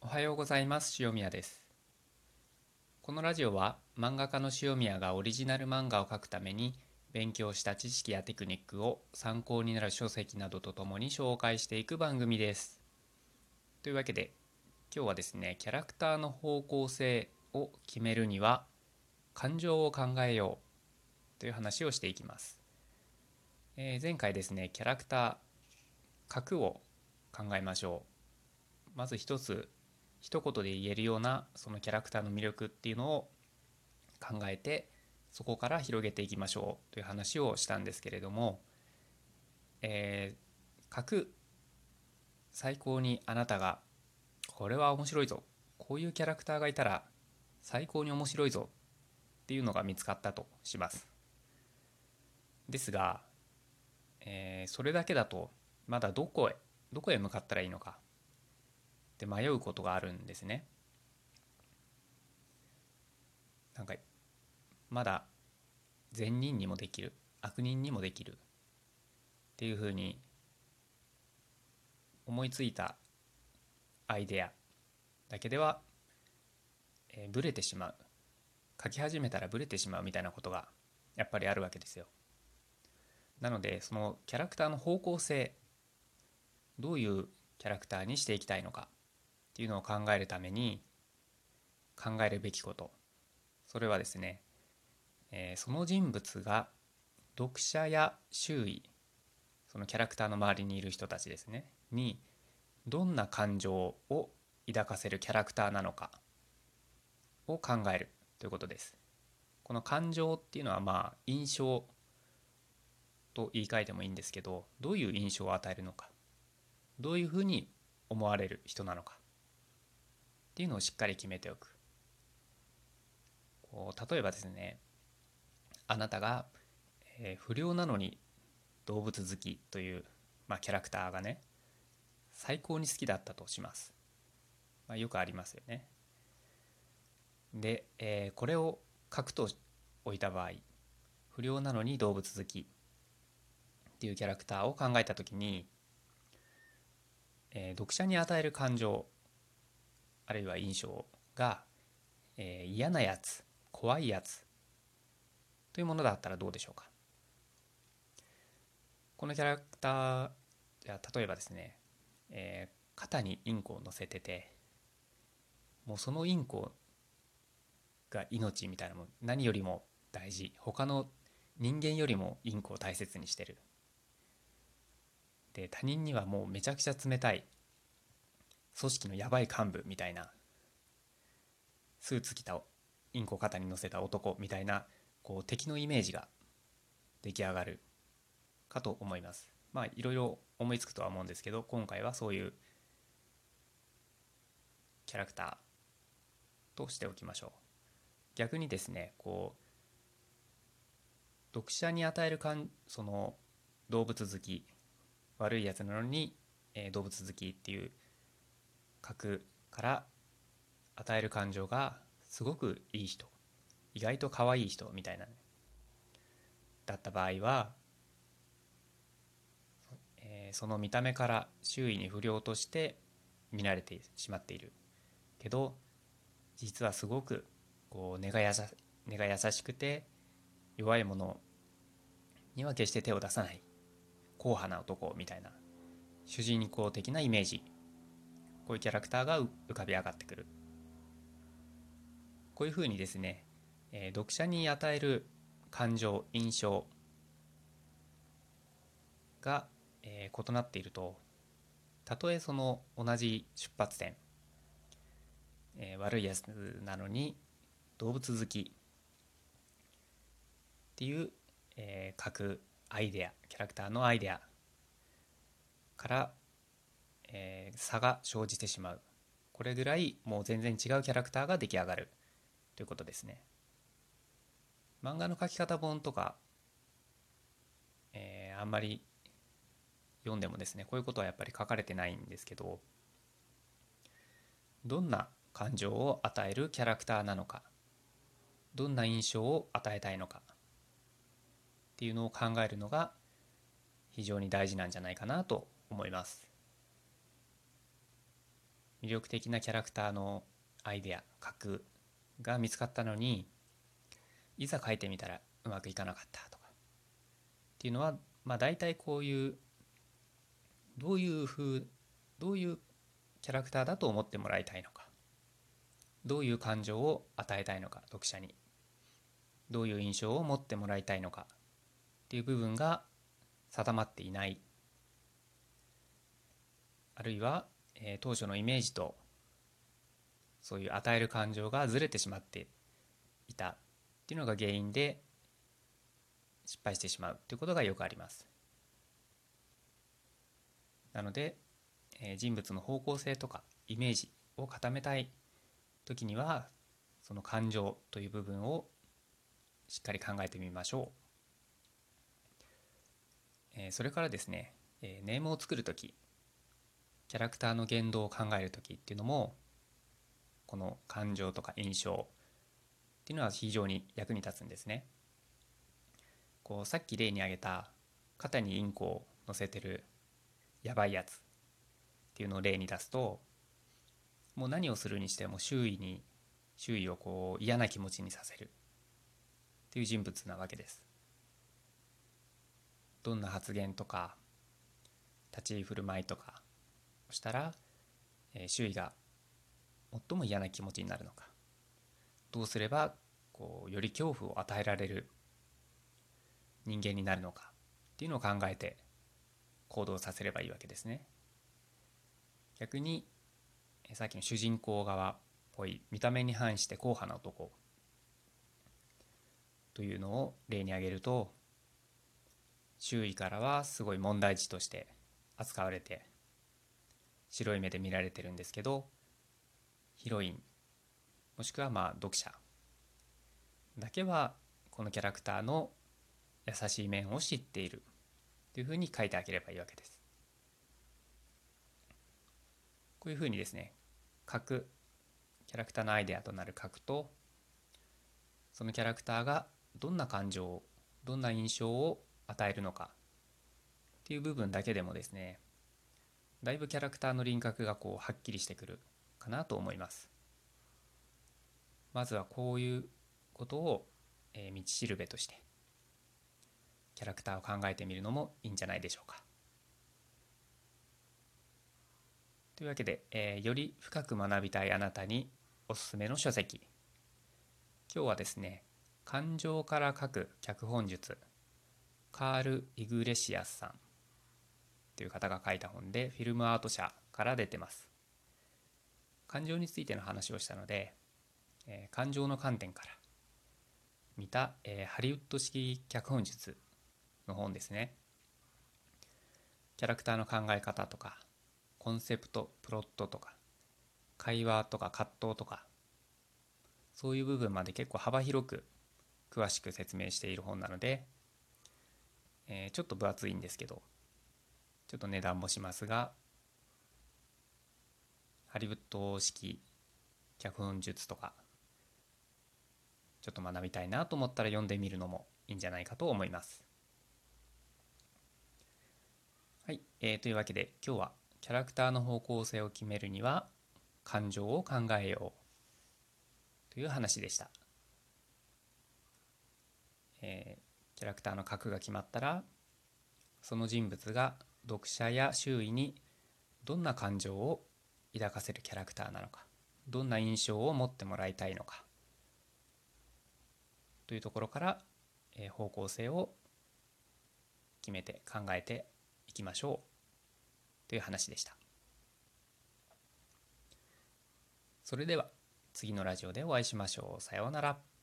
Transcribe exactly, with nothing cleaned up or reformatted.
はようございます。塩宮です。このラジオは漫画家の塩宮がオリジナル漫画を描くために勉強した知識やテクニックを参考になる書籍などとともに紹介していく番組です。というわけで今日はですね、キャラクターの方向性を決めるには感情を考えようという話をしていきます。えー前回ですね、キャラクター、核を考えましょう。まず一つ一言で言えるようなそのキャラクターの魅力っていうのを考えて、そこから広げていきましょうという話をしたんですけれども、えー、各最高にあなたがこれは面白いぞ、こういうキャラクターがいたら最高に面白いぞっていうのが見つかったとします。ですが、えーそれだけだとまだどこへどこへ向かったらいいのかって迷うことがあるんですね。なんかまだ善人にもできる、悪人にもできるっていうふうに思いついたアイデアだけでは、えーブレてしまう、書き始めたらブレてしまうみたいなことがやっぱりあるわけですよ。なのでそのキャラクターの方向性、どういうキャラクターにしていきたいのかっていうのを考えるために考えるべきこと、それはですね、えーその人物が読者や周囲、そのキャラクターの周りにいる人たちですねにどんな感情を抱かせるキャラクターなのかを考えるということです。この感情っていうのはまあ印象と言い換えてもいいんですけど、どういう印象を与えるのか、どういうふうに思われる人なのかっていうのをしっかり決めておく。こう例えばですね、あなたが、えー不良なのに動物好きという、まあ、キャラクターがね最高に好きだったとします。まあ、よくありますよね。で、えーこれを書くと置いた場合、不良なのに動物好きっていうキャラクターを考えた時に、えー読者に与える感情あるいは印象が、えー嫌なやつ、怖いやつというものだったらどうでしょうか。このキャラクター、じゃあ例えばですね、えー肩にインコを乗せてて、もうそのインコが命みたいなもん、何よりも大事、他の人間よりもインコを大切にしてる。で他人にはもうめちゃくちゃ冷たい組織のやばい幹部みたいな、スーツ着たインコを肩に乗せた男みたいな、こう敵のイメージが出来上がるかと思います。まあいろいろ思いつくとは思うんですけど、今回はそういうキャラクターとしておきましょう。逆にですね、こう読者に与える感、その動物好き、悪いやつなのに、えー動物好きっていう格から与える感情がすごくいい人、意外と可愛い人みたいな、ね、だった場合は、えーその見た目から周囲に不良として見られてしまっているけど、実はすごくこう根がやさ根が優しくて弱い者には決して手を出さない硬派な男みたいな、主人公的なイメージ、こういうキャラクターが浮かび上がってくる。こういうふうにですね、えー読者に与える感情、印象が、えー異なっていると、たとえその同じ出発点、えー悪いやつなのに動物好きっていう、えー、各アイデア、キャラクターのアイデアから、えー差が生じてしまう。これぐらいもう全然違うキャラクターが出来上がるということですね。漫画の描き方本とか、えーあんまり読んでもですね、こういうことはやっぱり書かれてないんですけど、どんな感情を与えるキャラクターなのか、どんな印象を与えたいのかっていうのを考えるのが非常に大事なんじゃないかなと思います。 魅力的なキャラクターのアイデア核が見つかったのに、いざ書いてみたらうまくいかなかったとかっていうのは、まあ大体こういうどういう風どういうキャラクターだと思ってもらいたいのか、どういう感情を与えたいのか、読者にどういう印象を持ってもらいたいのかっていう部分が定まっていない、あるいは、えー当初のイメージとそういう与える感情がずれてしまっていたっていうのが原因で失敗してしまうということがよくあります。なので、えー人物の方向性とかイメージを固めたい時には、その感情という部分をしっかり考えてみましょう。えーそれからですね、えーネームを作る時、キャラクターの言動を考える時っていうのも、この感情とか印象っていうのは非常に役に立つんですね。こうさっき例に挙げた肩にインコを乗せてるやばいやつっていうのを例に出すと、もう何をするにしても周囲に周囲をこう嫌な気持ちにさせるっていう人物なわけです。どんな発言とか立ち居振る舞いとかをしたら、えー周囲が最も嫌な気持ちになるのか、どうすればこうより恐怖を与えられる人間になるのかっていうのを考えて行動させればいいわけですね。逆にさっきの主人公側っぽい見た目に反して硬派な男というのを例に挙げると、周囲からはすごい問題児として扱われて白い目で見られてるんですけど、ヒロインもしくはまあ読者だけはこのキャラクターの優しい面を知っているというふうに書いてあげればいいわけです。こういうふうにですね、書くキャラクターのアイデアとなる書くと、そのキャラクターがどんな感情をどんな印象を与えるのかっていう部分だけでもですね、だいぶキャラクターの輪郭がこうはっきりしてくるかなと思います。まずはこういうことを、えー道しるべとしてキャラクターを考えてみるのもいいんじゃないでしょうか。というわけで、えーより深く学びたいあなたにおすすめの書籍、今日はですね、感情から書く脚本術、カール・イグレシアスさんという方が書いた本で、フィルムアート社から出てます。感情についての話をしたので、えー感情の観点から見た、えーハリウッド式脚本術の本ですね。キャラクターの考え方とかコンセプト、プロットとか会話とか葛藤とか、そういう部分まで結構幅広く詳しく説明している本なので、えーちょっと分厚いんですけど、ちょっと値段もしますが、ハリウッド式脚本術とかちょっと学びたいなと思ったら読んでみるのもいいんじゃないかと思います。はい、えーというわけで今日はキャラクターの方向性を決めるには感情を考えようという話でした。えーキャラクターの核が決まったら、その人物が読者や周囲にどんな感情を抱かせるキャラクターなのか、どんな印象を持ってもらいたいのかというところから、えー方向性を決めて考えていきましょうという話でした。それでは次のラジオでお会いしましょう。さようなら。